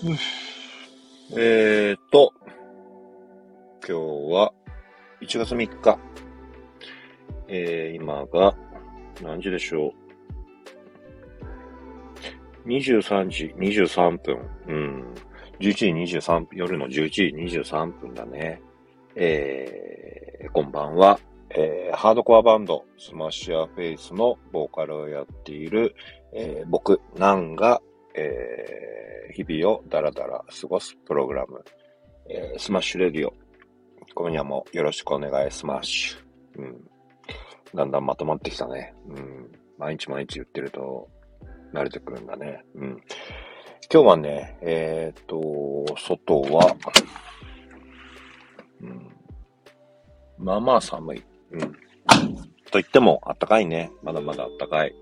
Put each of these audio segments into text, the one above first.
うんえーと、今日は1月3日。今が何時でしょう。23時23分。11時23分、夜の11時23分だね。こんばんは。ハードコアバンド、スマッシュアフェイスのボーカルをやっている、僕、ナンが、日々をダラダラ過ごすプログラム、スマッシュレディオ。今夜もよろしくお願いします。だんだんまとまってきたね。毎日毎日言ってると慣れてくるんだね。今日はね、外は、まあまあ寒い。と言っても暖かいね。まだまだ暖かい。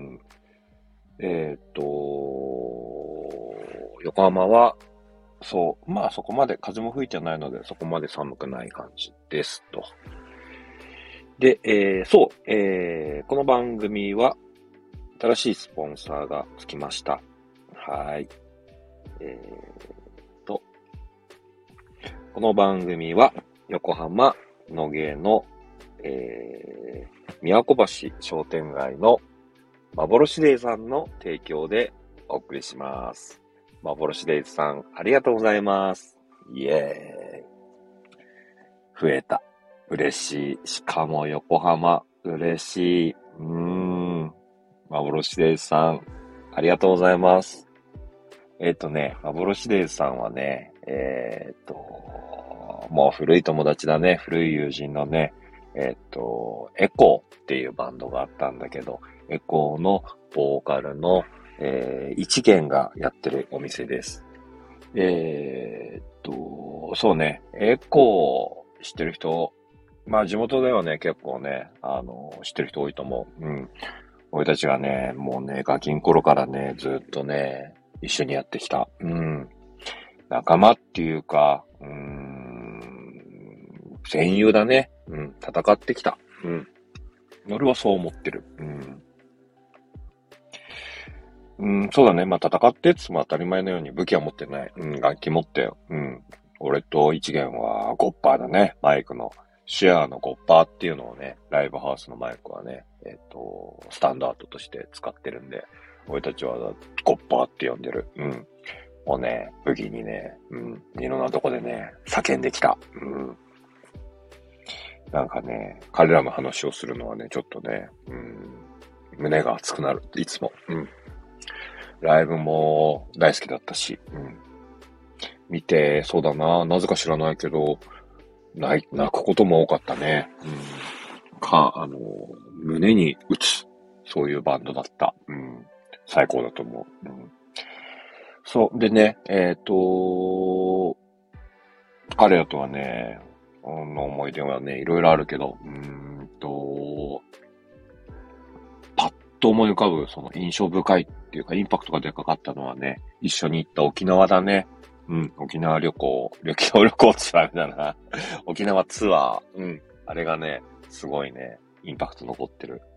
横浜は、まあそこまで風も吹いてないのでそこまで寒くない感じですと。で、この番組は新しいスポンサーがつきました。はい。この番組は横浜野毛の、宮古橋商店街の幻デイさんの提供でお送りします。幻デイさん、ありがとうございます。イエーイ。増えた。嬉しい。しかも横浜、嬉しい。幻デイさん、ありがとうございます。幻デイさんはね、もう古い友達だね。古い友人のね、エコーっていうバンドがあったんだけど、エコーのボーカルの、一元がやってるお店です。そうね、エコー知ってる人、まあ地元ではね、結構ね、知ってる人多いと思う。俺たちがね、もうね、ガキン頃からね、ずっとね、一緒にやってきた。仲間っていうか、戦友だね。戦ってきた。俺はそう思ってる。そうだね。まあ、戦ってつも当たり前のように武器は持ってない。楽器持ってよ。俺と一元はゴッパーだね。マイクの。シェアのゴッパーっていうのをね、ライブハウスのマイクはね、スタンダードとして使ってるんで、俺たちはゴッパーって呼んでる。もうね、武器にね、いろんなとこでね、叫んできた。なんかね、彼らの話をするのはね、ちょっとね、胸が熱くなる。いつも。ライブも大好きだったし、見て、そうだな、なぜか知らないけど、泣くことも多かったね。胸に打つ。そういうバンドだった。最高だと思う。そう。でね、彼らとはね、の思い出はね、いろいろあるけど、パッと思い浮かぶ、その印象深いっていうか、インパクトがでかかったのはね、一緒に行った沖縄だね。沖縄旅行ってダメだな。沖縄ツアー。あれがね、すごいね、インパクト残ってる。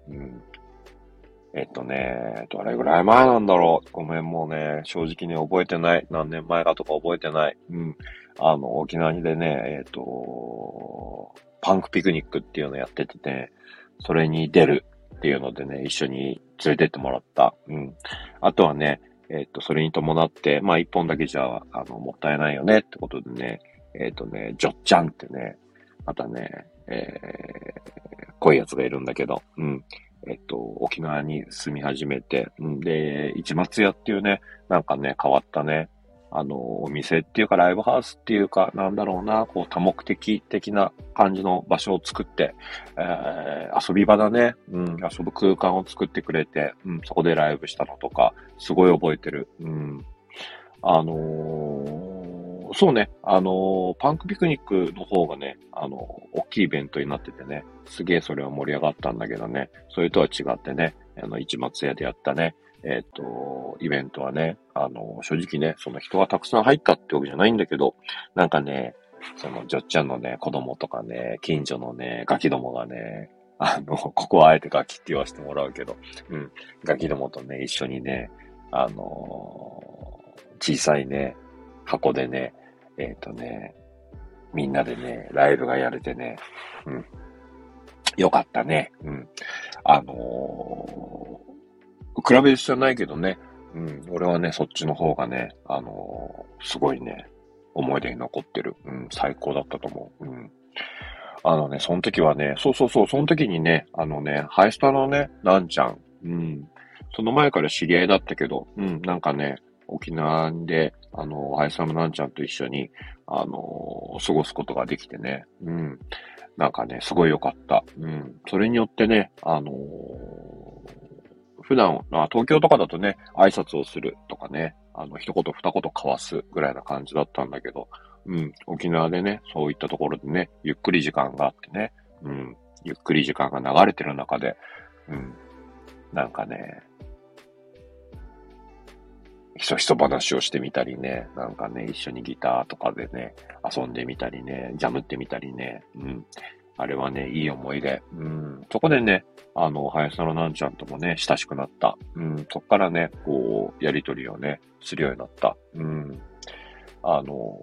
どれぐらい前なんだろう。ごめん、もうね、正直に覚えてない。何年前かとか覚えてない。沖縄でね、パンクピクニックっていうのやっててね、それに出るっていうのでね、一緒に連れてってもらった。あとはね、それに伴って、まあ、一本だけじゃ、もったいないよねってことでね、ジョッちゃんってね、またね、濃いやつがいるんだけど、沖縄に住み始めて、で、市松屋っていうね、なんかね、変わったね、お店っていうかライブハウスっていうか、なんだろうな、こう多目的な感じの場所を作って、遊び場だね、遊ぶ空間を作ってくれて、そこでライブしたのとか、すごい覚えてる。そうね、パンクピクニックの方がね、大きいイベントになっててね、すげえそれは盛り上がったんだけどね、それとは違ってね、市松屋でやったね、イベントはね、正直ね、その人がたくさん入ったってわけじゃないんだけど、なんかね、その、じょっちゃんのね、子供とかね、近所のね、ガキどもがね、ここはあえてガキって言わせてもらうけど、ガキどもとね、一緒にね、小さいね、 箱でね、えっ、とね、みんなでね、ライブがやれてね、うん、よかったね。うん。比べじゃないけどね、うん、俺はね、そっちの方がね、すごいね、思い出に残ってる。うん、最高だったと思う。うん。その時はね、その時にね、ハイスタのね、なんちゃん、うん、その前から知り合いだったけど、うん、なんかね、沖縄で、ハイスタのなんちゃんと一緒に、過ごすことができてね、うん、なんかね、すごい良かった。うん、それによってね、普段、東京とかだとね、挨拶をするとかね、一言二言交わすぐらいな感じだったんだけど、うん、沖縄でね、そういったところでね、ゆっくり時間があってね、うん、ゆっくり時間が流れてる中で、うん、なんかね、ひそひそ話をしてみたりね、なんかね、一緒にギターとかでね、遊んでみたりね、ジャムってみたりね、うん。あれはね、いい思い出。うん。そこでね、林野なんちゃんともね、親しくなった。うん。そっからね、こう、やりとりをね、するようになった。うん。あの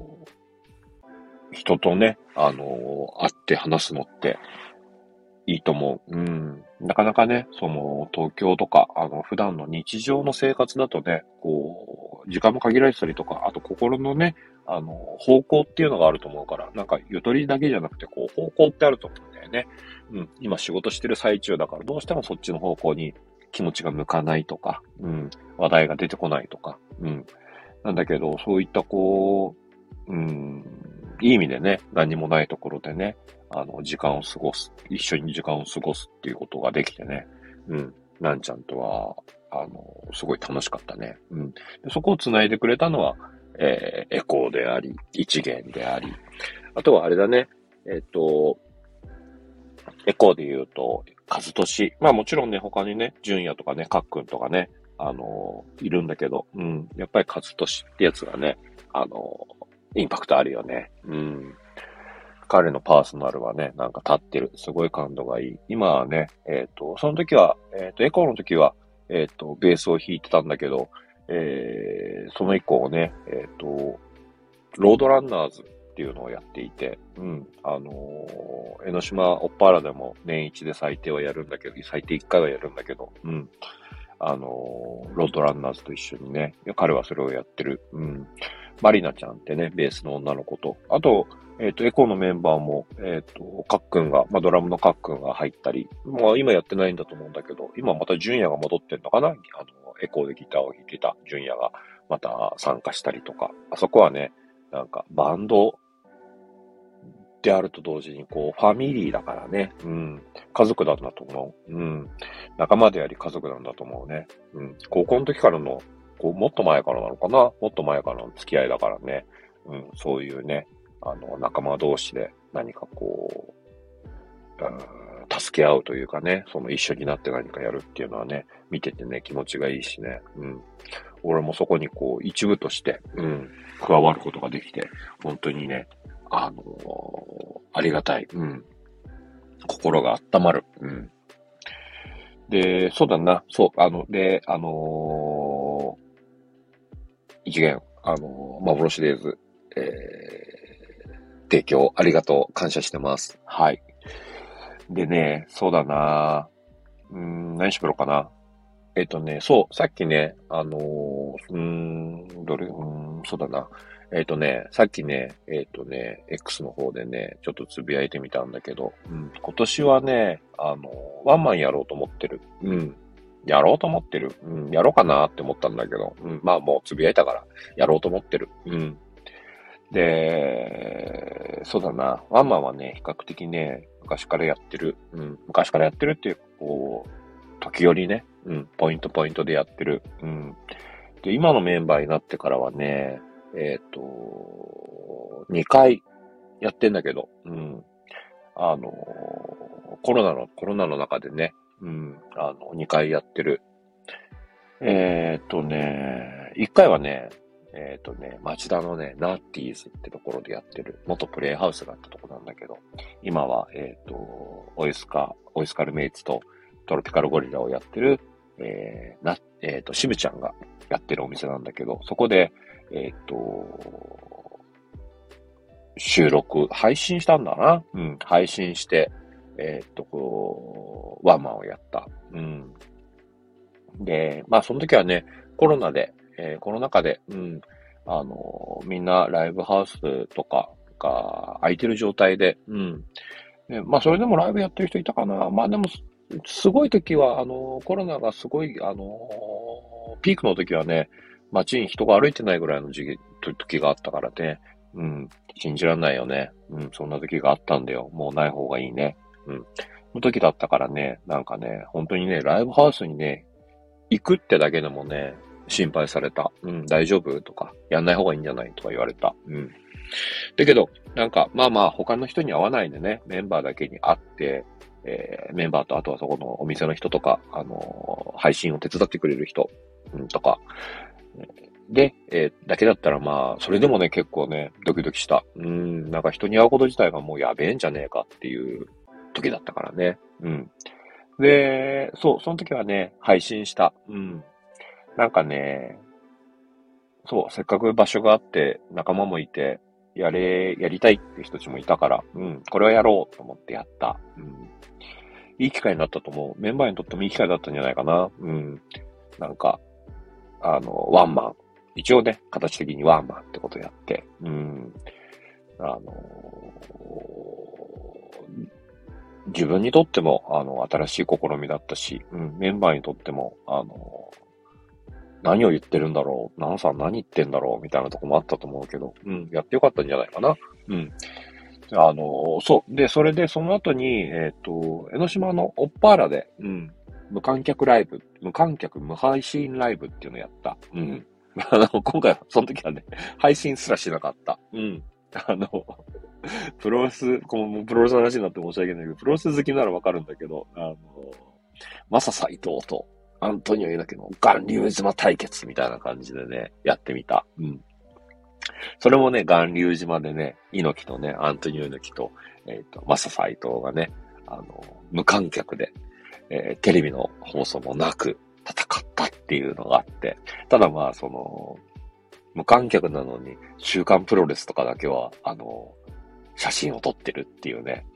人とね、会って話すのって、いいと思う。うん。なかなかね、東京とか、普段の日常の生活だとね、こう、時間も限られてたりとか、あと心のね、方向っていうのがあると思うから、なんか、ゆとりだけじゃなくて、こう、方向ってあると思うんだよね。うん。今仕事してる最中だから、どうしてもそっちの方向に気持ちが向かないとか、うん。話題が出てこないとか、うん。なんだけど、そういったこう、うん、いい意味でね、何もないところでね、時間を過ごす、一緒に時間を過ごすっていうことができてね、うん、なんちゃんとは、すごい楽しかったね。うん。でそこを繋いでくれたのは、エコーであり、一元であり、あとはあれだね、エコーで言うと、カズトシ。まあもちろんね、他にね、純也とかね、カックンとかね、いるんだけど、うん。やっぱりカズトシってやつがね、インパクトあるよね。うん。彼のパーソナルはね、なんか立ってる。すごい感度がいい。今はね、その時は、エコーの時は、ベースを弾いてたんだけど、その以降ね、ロードランナーズっていうのをやっていて、うん、江ノ島オッパーラでも年一で最低はやるんだけど、最低1回はやるんだけど、うん、ロードランナーズと一緒にね、彼はそれをやってる。うん。マリナちゃんってね、ベースの女の子と、あと、エコーのメンバーも、カックンが、まあ、ドラムのカックンが入ったり、まあ、今やってないんだと思うんだけど、今またジュンヤが戻ってんのかなエコーでギターを弾いてたジュンヤがまた参加したりとか、あそこはね、なんか、バンドであると同時に、こう、ファミリーだからね。うん。家族なんだと思う。うん。仲間であり家族なんだと思うね。うん。高校の時からの、こう、もっと前からなのかなもっと前からの付き合いだからね。うん。そういうね、仲間同士で何かこう、助け合うというかね、一緒になって何かやるっていうのはね、見ててね、気持ちがいいしね。うん。俺もそこにこう、一部として、うん、加わることができて、本当にね、ありがたい。うん。心が温まる。うん。で、そうだな。そう、一元、幻デイズ、提供ありがとう。感謝してます。はい。でね、そうだな。何しろかな。そう、さっきね、そうだな。さっきね、X の方でね、ちょっとつぶやいてみたんだけど、うん、今年はね、ワンマンやろうと思ってる。うん。やろうと思ってる。うん、やろうかなって思ったんだけど、うん、まあもうつぶやいたから、やろうと思ってる。うん。で、そうだな。ワンマンはね、比較的ね、昔からやってる。うん。昔からやってるっていう、こう、時折ね、うん。ポイントポイントでやってる。うん。で、今のメンバーになってからはね、2回やってんだけど、うん。コロナの中でね、うん。2回やってる。1回はね、町田のね、ナッティーズってところでやってる、元プレイハウスがあったところなんだけど、今は、オイスカルメイツとトロピカルゴリラをやってる、しぶちゃんがやってるお店なんだけど、そこで、 収録、配信したんだな。うん、配信して、ワンマンをやった。うん。で、まあ、その時はね、コロナで、コロナ禍で、うん、みんなライブハウスとかが空いてる状態で、うん。で、まあ、それでもライブやってる人いたかな。まあ、でも、すごい時は、コロナがすごい、ピークの時はね、街に人が歩いてないぐらいの時があったからね。うん。信じらんないよね。うん。そんな時があったんだよ。もうない方がいいね。うん。その時だったからね、なんかね、本当にね、ライブハウスにね、行くってだけでもね、心配された。うん、大丈夫とか、やんない方がいいんじゃないとか言われた。うん。だけど、なんか、まあまあ、他の人に会わないでね、メンバーだけに会って、メンバーと、あとはそこのお店の人とか、配信を手伝ってくれる人、うん、とか、で、だけだったらまあ、それでもね、結構ね、ドキドキした。うん、なんか人に会うこと自体がもうやべえんじゃねえかっていう時だったからね。うん。で、そう、その時はね、配信した。うん。なんかね、そう、せっかく場所があって、仲間もいて、やりたいって人たちもいたから、うん、これはやろうと思ってやった。うん。いい機会になったと思う。メンバーにとってもいい機会だったんじゃないかな。うん。なんか、ワンマン。一応ね、形的にワンマンってことやって、うん。あの、自分にとっても、新しい試みだったし、うん、メンバーにとっても、何を言ってるんだろう、ナンさん何言ってんだろう、みたいなとこもあったと思うけど、うん、やってよかったんじゃないかな。うん。そう。で、それで、その後に、江ノ島のオッパーラで、うん、無観客ライブ、無観客無配信ライブっていうのをやった。うん。今回は、その時はね、配信すらしなかった。うん。あの、プロレス、プロレスの話になって申し訳ないけど、プロレス好きならわかるんだけど、マサ斎藤とアントニオ猪木の巌流島対決みたいな感じでね、やってみた。うん。それもね、巌流島でね、猪木とね、アントニオ猪木と、マサ斎藤がね、無観客で、テレビの放送もなく戦ったっていうのがあって、ただまあ、無観客なのに、週刊プロレスとかだけは、写真を撮ってるっていうね、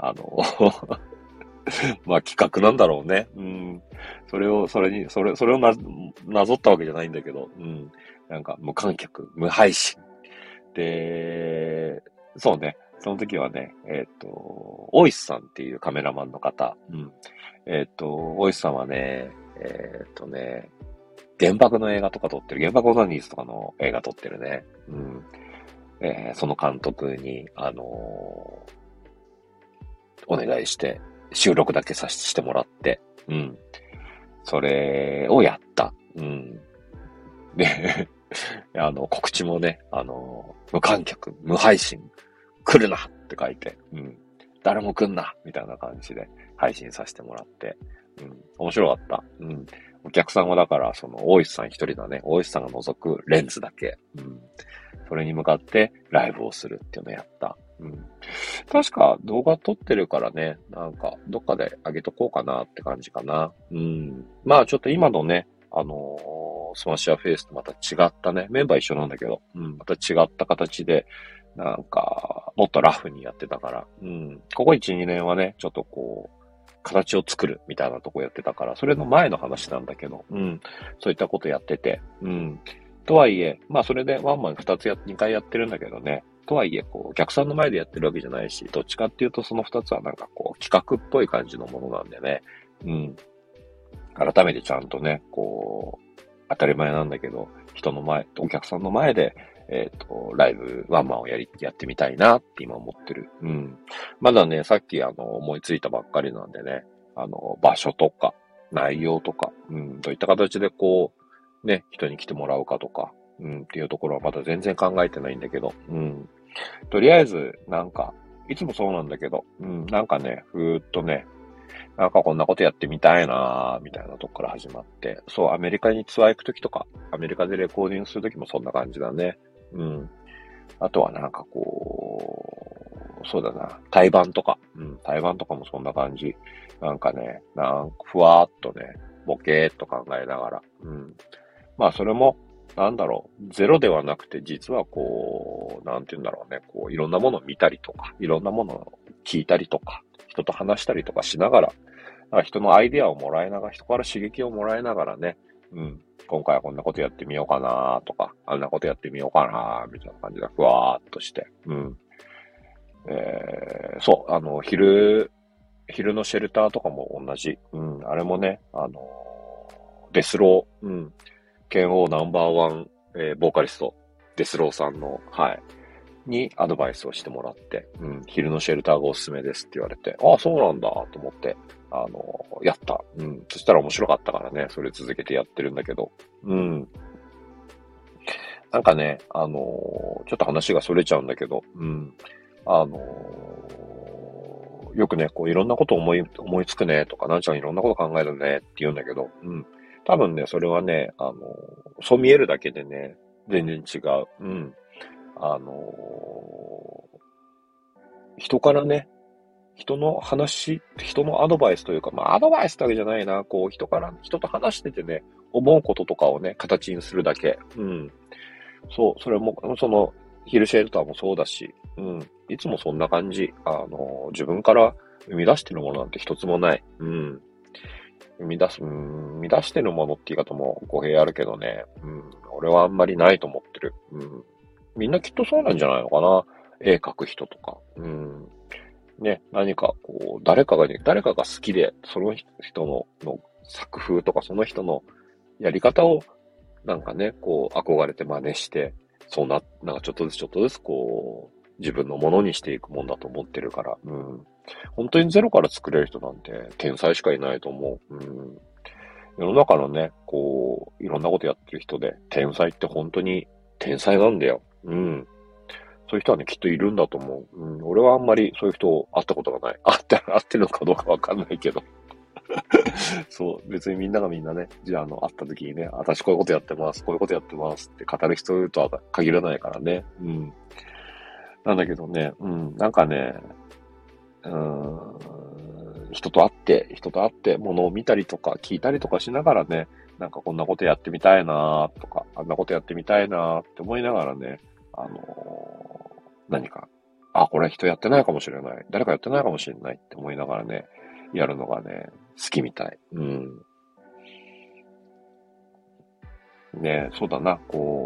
まあ企画なんだろうね。うん。それをなぞったわけじゃないんだけど、うん。なんか無観客、無配信。で、そうね。その時はね、大石さんっていうカメラマンの方。うん。大石さんはね、原爆の映画とか撮ってる、原爆オナニーズとかの映画撮ってるね。うん。その監督に、お願いして、収録だけしてもらって、うん。それをやった。うん。で、告知もね、無観客、無配信、来るなって書いて、うん。誰も来んなみたいな感じで配信させてもらって、うん。面白かった。うん。お客さんはだから、大石さん一人だね。大石さんが覗くレンズだけ。うん。それに向かってライブをするっていうのをやった。うん。確か動画撮ってるからね、なんか、どっかで上げとこうかなって感じかな。うん。まあちょっと今のね、スマッシャーフェイスとまた違ったね、メンバー一緒なんだけど、うん、また違った形で、なんか、もっとラフにやってたから、うん。ここ1、2年はね、ちょっとこう、形を作るみたいなとこやってたから、それの前の話なんだけど、うん。そういったことやってて、うん。とはいえ、まあそれでワンマン2回やってるんだけどね。とはいえ、こう、お客さんの前でやってるわけじゃないし、どっちかっていうとその2つはなんかこう、企画っぽい感じのものなんでね。うん。改めてちゃんとね、こう、当たり前なんだけど、人の前、お客さんの前で、ライブ、ワンマンをやってみたいなって今思ってる。うん。まだね、さっき思いついたばっかりなんでね、場所とか、内容とか、うん、どういった形でこう、ね、人に来てもらうかとか、うん、っていうところはまだ全然考えてないんだけど、うん。とりあえず、なんか、いつもそうなんだけど、うん、なんかね、ふーっとね、なんかこんなことやってみたいなみたいなとこから始まって、そう、アメリカにツアー行くときとか、アメリカでレコーディングするときもそんな感じだね。うん。あとはなんかこう、そうだな、対バンとか、うん、対バンとかもそんな感じ。なんかね、ふわーっとね、ボケーっと考えながら、うん。まあそれも、 なんだろう、ゼロではなくて、実はこう、なんて言うんだろうね、こう、いろんなものを見たりとか、いろんなものを聞いたりとか、人と話したりとかしながら、人のアイデアをもらいながら、人から刺激をもらいながらね、うん、今回はこんなことやってみようかなとか、あんなことやってみようかなみたいな感じで、ふわーっとして、うん。そう、昼のシェルターとかも同じ。うん、あれもね、デスロー、うん、剣王ナンバーワン、ボーカリスト、デスローさんの、はい、にアドバイスをしてもらって、うん、昼のシェルターがおすすめですって言われて、ああ、そうなんだと思って、やった。うん。そしたら面白かったからね、それ続けてやってるんだけど、うん。なんかね、ちょっと話が逸れちゃうんだけど、うん。あのよくね、こういろんなこと思いつくねとか、なんちゃんいろんなこと考えるねって言うんだけど、うん。多分ね、それはね、そう見えるだけでね、全然違う。うん。あの人からね、人のアドバイスというか、まあアドバイスってわけじゃないな、こう人と話しててね、思うこととかをね、形にするだけ。うん。そう、それも、ヒルシェルターもそうだし、うん。いつもそんな感じ。自分から生み出してるものなんて一つもない。うん。生み出してるものって言い方も語弊あるけどね。うん。俺はあんまりないと思ってる。うん。みんなきっとそうなんじゃないのかな。絵描く人とか。うん。ね、何かこう、誰かが好きで、その人の作風とか、その人のやり方を、なんかね、こう、憧れて真似して、なんかちょっとずつちょっとずつこう、自分のものにしていくもんだと思ってるから、うん。本当にゼロから作れる人なんて天才しかいないと思う。うん。世の中のね、こう、いろんなことやってる人で、天才って本当に天才なんだよ。うん。そういう人はね、きっといるんだと思う。うん、俺はあんまりそういう人会ったことがない。会ってるのかどうかわかんないけど。そう、別にみんながみんなね、じゃあ会った時にね、私こういうことやってます、こういうことやってますって語る人とは限らないからね。うん。なんだけどね、うん、なんかね、人と会って、ものを見たりとか聞いたりとかしながらね、なんかこんなことやってみたいなとか、あんなことやってみたいなって思いながらね、あの何か、これ人やってないかもしれない。誰かやってないかもしれないって思いながらね、やるのがね、好きみたい。うん。ね、そうだな、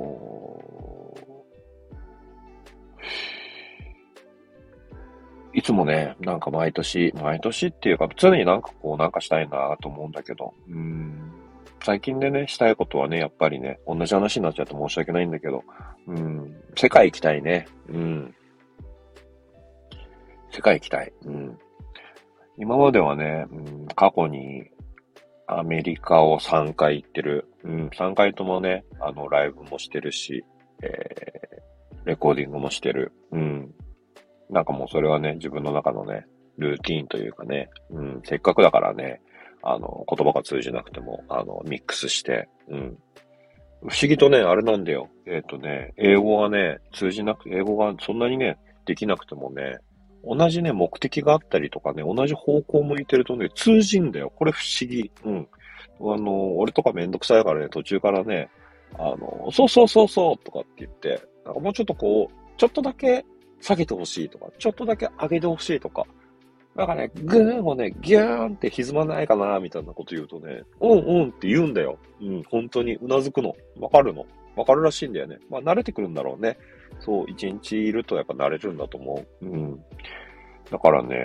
いつもね、なんか毎年っていうか、常になんかなんかしたいなと思うんだけど、最近でね、したいことはね、やっぱりね、同じ話になっちゃって申し訳ないんだけど、世界行きたいね。世界行きたい。今まではね、過去にアメリカを3回行ってる。3回ともね、ライブもしてるし、レコーディングもしてる。なんかもうそれはね、自分の中のね、ルーティーンというかね、せっかくだからね、言葉が通じなくても、ミックスして、不思議とね、あれなんだよ。英語がね、英語がそんなにね、できなくてもね、同じね、目的があったりとかね、同じ方向向いてるとね、通じんだよ。これ不思議。俺とかめんどくさいからね、途中からね、そうそうそうそうとかって言って、なんかもうちょっとちょっとだけ下げてほしいとか、ちょっとだけ上げてほしいとか、なんかね、グーンをね、ギューンって歪まないかな、みたいなこと言うとね、うんうんって言うんだよ。本当にうなずくの。わかるの。わかるらしいんだよね。まあ、慣れてくるんだろうね。そう、一日いるとやっぱ慣れるんだと思う。だからね、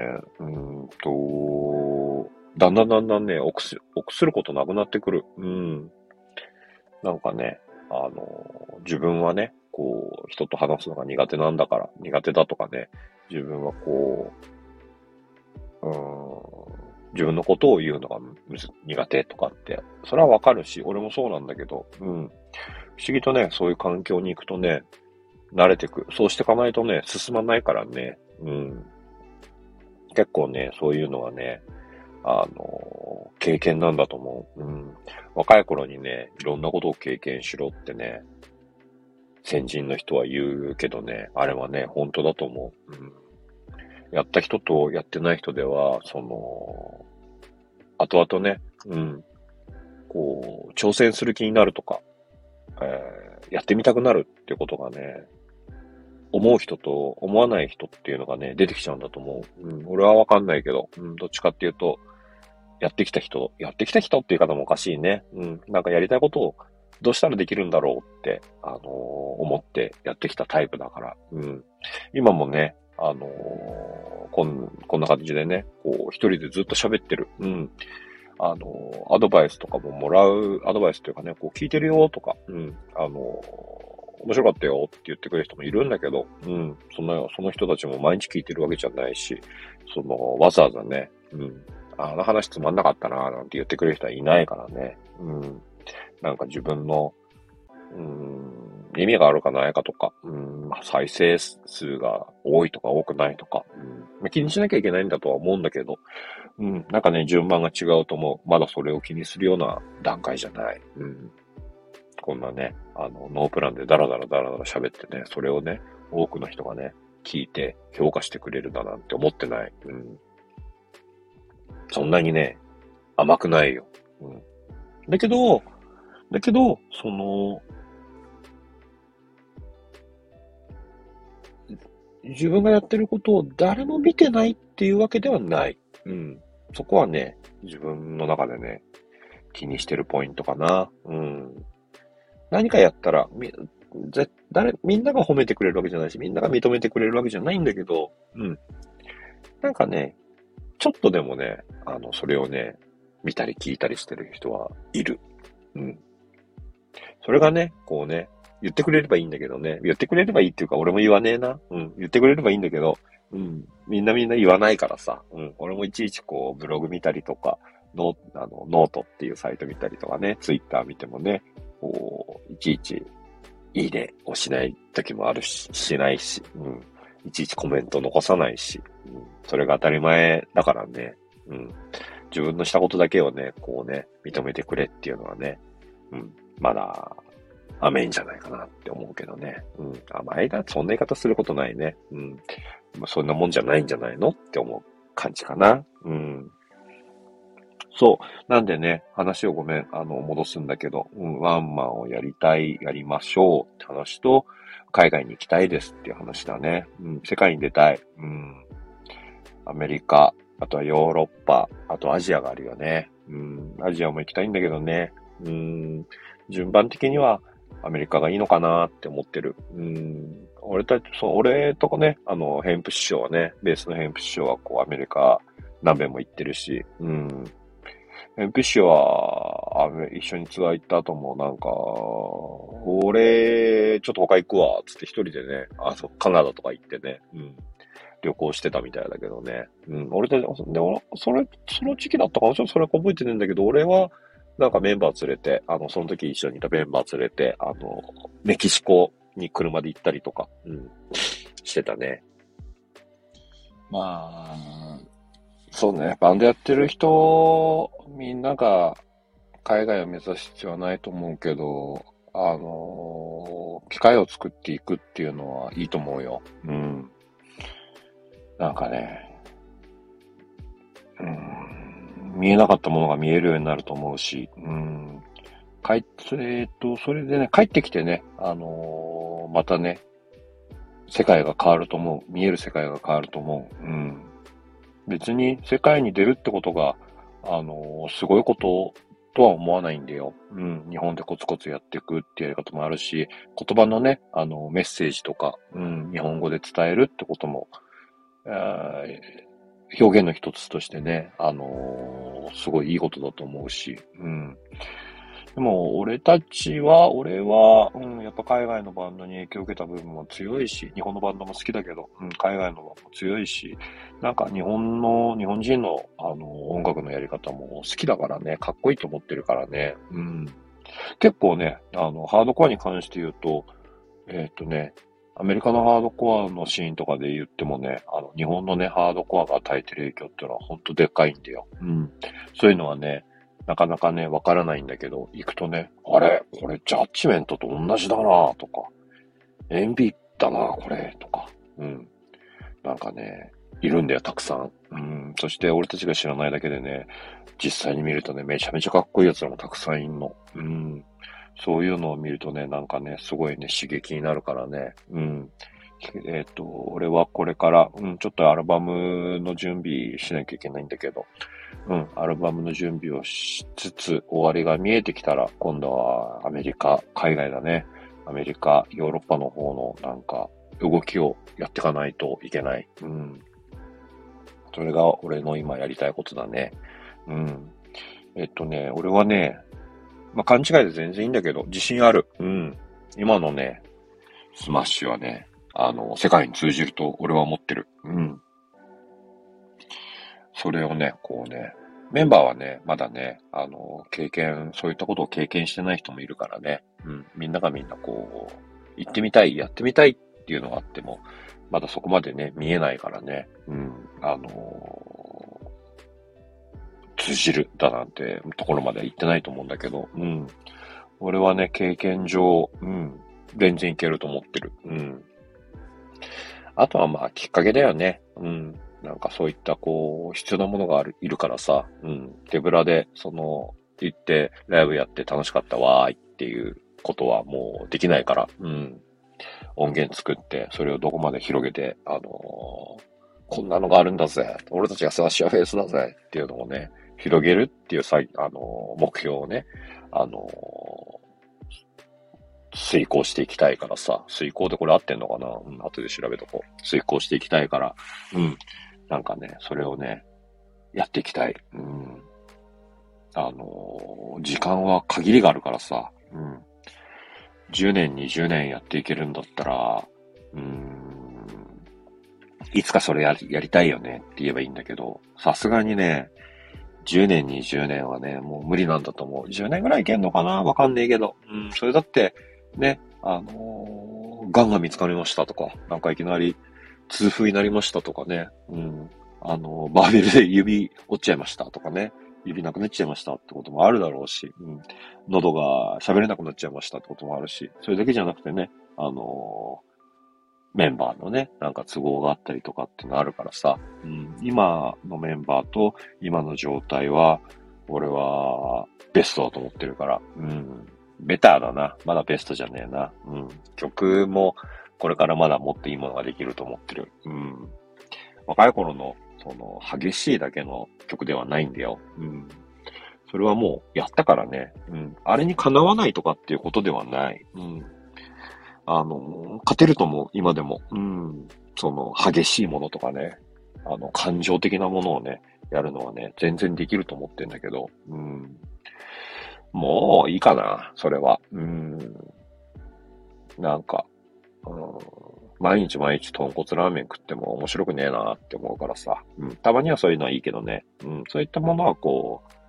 だんだんね、臆することなくなってくる。なんかね、自分はね、人と話すのが苦手なんだから、苦手だとかね、自分は自分のことを言うのが苦手とかって、それはわかるし、俺もそうなんだけど、不思議とね、そういう環境に行くとね、慣れてく。そうしていかないとね、進まないからね、結構ね、そういうのはね、経験なんだと思う。若い頃にね、いろんなことを経験しろってね、先人の人は言うけどね、あれはね、本当だと思う。やった人とやってない人では、後々ね、挑戦する気になるとか、 やってみたくなるってことがね、思う人と思わない人っていうのがね、出てきちゃうんだと思う。俺はわかんないけど、どっちかっていうと、やってきた人っていう方もおかしいね。なんかやりたいことをどうしたらできるんだろうって、思ってやってきたタイプだから。今もね、こんな感じでね、こう、一人でずっと喋ってる。アドバイスとかももらう、アドバイスというかね、こう聞いてるよとか、面白かったよって言ってくれる人もいるんだけど、その人たちも毎日聞いてるわけじゃないし、わざわざね、あの話つまんなかったななんて言ってくれる人はいないからね、なんか自分の、意味があるかないかとか、再生数が多いとか多くないとか、気にしなきゃいけないんだとは思うんだけど、なんかね、順番が違うと思う。まだそれを気にするような段階じゃない。こんなね、ノープランでダラダラダラダラ喋ってね、それをね、多くの人がね、聞いて評価してくれるだなんて思ってない。そんなにね、甘くないよ。だけど、自分がやってることを誰も見てないっていうわけではない。そこはね、自分の中でね、気にしてるポイントかな。何かやったら、みんなが褒めてくれるわけじゃないし、みんなが認めてくれるわけじゃないんだけど、なんかね、ちょっとでもね、それをね、見たり聞いたりしてる人はいる。それがね、こうね、言ってくれればいいんだけどね、言ってくれればいいっていうか、俺も言わねえな。言ってくれればいいんだけど、みんな言わないからさ、俺もいちいちこう、ブログ見たりとか、ノートっていうサイト見たりとかね、ツイッター見てもね、こう、いちいち、いいねをしない時もあるし、しないし、いちいちコメント残さないし、それが当たり前だからね、自分のしたことだけをね、こうね、認めてくれっていうのはね、まだ、甘いんじゃないかなって思うけどね。甘いな、そんな言い方することないね。そんなもんじゃないんじゃないのって思う感じかな。そう。なんでね、話をごめん、戻すんだけど、ワンマンをやりましょうって話と、海外に行きたいですっていう話だね。世界に出たい。アメリカ、あとはヨーロッパ、あとアジアがあるよね。アジアも行きたいんだけどね。順番的にはアメリカがいいのかなって思ってる。俺とかね、ヘンプ師匠はね、ベースのヘンプ師匠はこうアメリカ何遍も行ってるし、ヘンプ師匠は、一緒にツアー行った後もなんか、俺、ちょっと他行くわ、つって一人でね、カナダとか行ってね、旅行してたみたいだけどね。俺と、その時期だったかな、ちょっとそれは覚えてねえんだけど、俺は、なんかメンバー連れて、その時一緒にいたメンバー連れて、メキシコに車で行ったりとか、してたね。まあ、そうね、バンドやってる人、みんなが海外を目指す必要はないと思うけど、機会を作っていくっていうのはいいと思うよ。なんかね、見えなかったものが見えるようになると思うし、それでね、帰ってきてね、またね、世界が変わると思う。見える世界が変わると思う。別に世界に出るってことが、すごいこととは思わないんだよ。日本でコツコツやっていくっていうやり方もあるし、言葉のね、メッセージとか、日本語で伝えるってことも、表現の一つとしてね、すごいいいことだと思うし、でも、俺は、やっぱ海外のバンドに影響を受けた部分も強いし、日本のバンドも好きだけど、海外のバンドも強いし、なんか日本人の、音楽のやり方も好きだからね、かっこいいと思ってるからね、結構ね、ハードコアに関して言うと、アメリカのハードコアのシーンとかで言ってもね、日本のね、ハードコアが与えてる影響っていうのは本当でかいんだよ。そういうのはね、なかなかね、わからないんだけど、行くとね、あれこれジャッジメントと同じだなとか、エンビだなこれ、とか、なんかね、いるんだよ、たくさん。そして俺たちが知らないだけでね、実際に見るとね、めちゃめちゃかっこいい奴らもたくさんいんの。 そういうのを見るとね、なんかね、すごいね、刺激になるからね。うん。俺はこれから、ちょっとアルバムの準備しなきゃいけないんだけど、アルバムの準備をしつつ、終わりが見えてきたら、今度はアメリカ、海外だね。アメリカ、ヨーロッパの方のなんか、動きをやっていかないといけない。それが俺の今やりたいことだね。うん。俺はね、勘違いで全然いいんだけど、自信ある。今のね、スマッシュはね、世界に通じると俺は思ってる。それをね、こうね、メンバーはね、まだね、そういったことを経験してない人もいるからね、みんながみんなこう、行ってみたい、やってみたいっていうのがあっても、まだそこまでね、見えないからね、通じるだなんてところまでは行ってないと思うんだけど、俺はね、経験上、全然いけると思ってる。あとはまあ、きっかけだよね。なんかそういったこう、必要なものがいるからさ、手ぶらで、行って、ライブやって楽しかったわーいっていうことはもうできないから、音源作って、それをどこまで広げて、こんなのがあるんだぜ。俺たちがスマッシュアフェイスだぜっていうのをね、広げるっていう目標をね、あの遂行していきたいからさ、遂行でこれ合ってんのかな、後で調べとこう。遂行していきたいから、なんかね、それをね、やっていきたい。時間は限りがあるからさ、10年、20年やっていけるんだったら、いつかそれやりたいよねって言えばいいんだけど、さすがにね、10年、20年はね、もう無理なんだと思う。10年ぐらいいけんのかなわかんねえけど。それだって、ね、癌が見つかりましたとか、なんかいきなり痛風になりましたとかね、バーベルで指折っちゃいましたとかね、指なくなっちゃいましたってこともあるだろうし、喉が喋れなくなっちゃいましたってこともあるし、それだけじゃなくてね、メンバーのね、なんか都合があったりとかっていうのあるからさ、今のメンバーと今の状態は、俺はベストだと思ってるから、ベターだな。まだベストじゃねえな。曲もこれからまだもっといいものができると思ってる。若い頃の、激しいだけの曲ではないんだよ。それはもうやったからね。あれにかなわないとかっていうことではない。勝てると思う、今でも。激しいものとかね、感情的なものをね、やるのはね、全然できると思ってんだけど、もういいかな、それは。なんか、毎日毎日豚骨ラーメン食っても面白くねえなって思うからさ、たまにはそういうのはいいけどね、そういったものはこう、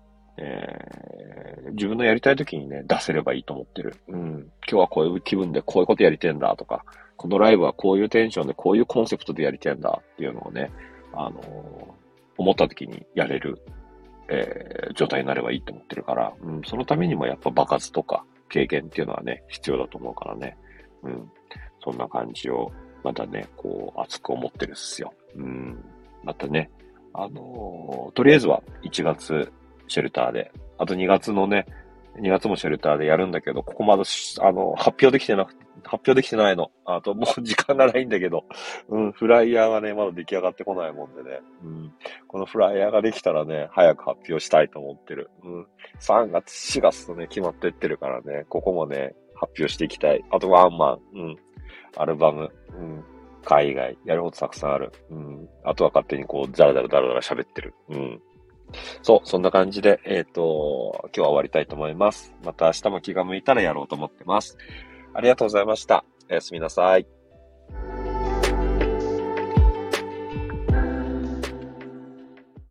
自分のやりたい時にね、出せればいいと思ってる。今日はこういう気分でこういうことやりてんだとか、このライブはこういうテンションでこういうコンセプトでやりてんだっていうのをね、思った時にやれる、状態になればいいと思ってるから、そのためにもやっぱ場数とか経験っていうのはね、必要だと思うからね。そんな感じを、またね、こう、熱く思ってるっすよ。またね、とりあえずは1月、シェルターで。あと2月のね、2月もシェルターでやるんだけど、ここまだ発表できてないの。あともう時間がないんだけど、フライヤーがね、まだ出来上がってこないもんでね、このフライヤーができたらね、早く発表したいと思ってる。3月、4月とね、決まってってるからね、ここもね、発表していきたい。あとワンマン、アルバム、海外、やることたくさんある。あとは勝手にこう、ザラザラザラザラ喋ってる。そう、そんな感じで、今日は終わりたいと思います。また明日も気が向いたらやろうと思ってます。ありがとうございました。おやすみなさい。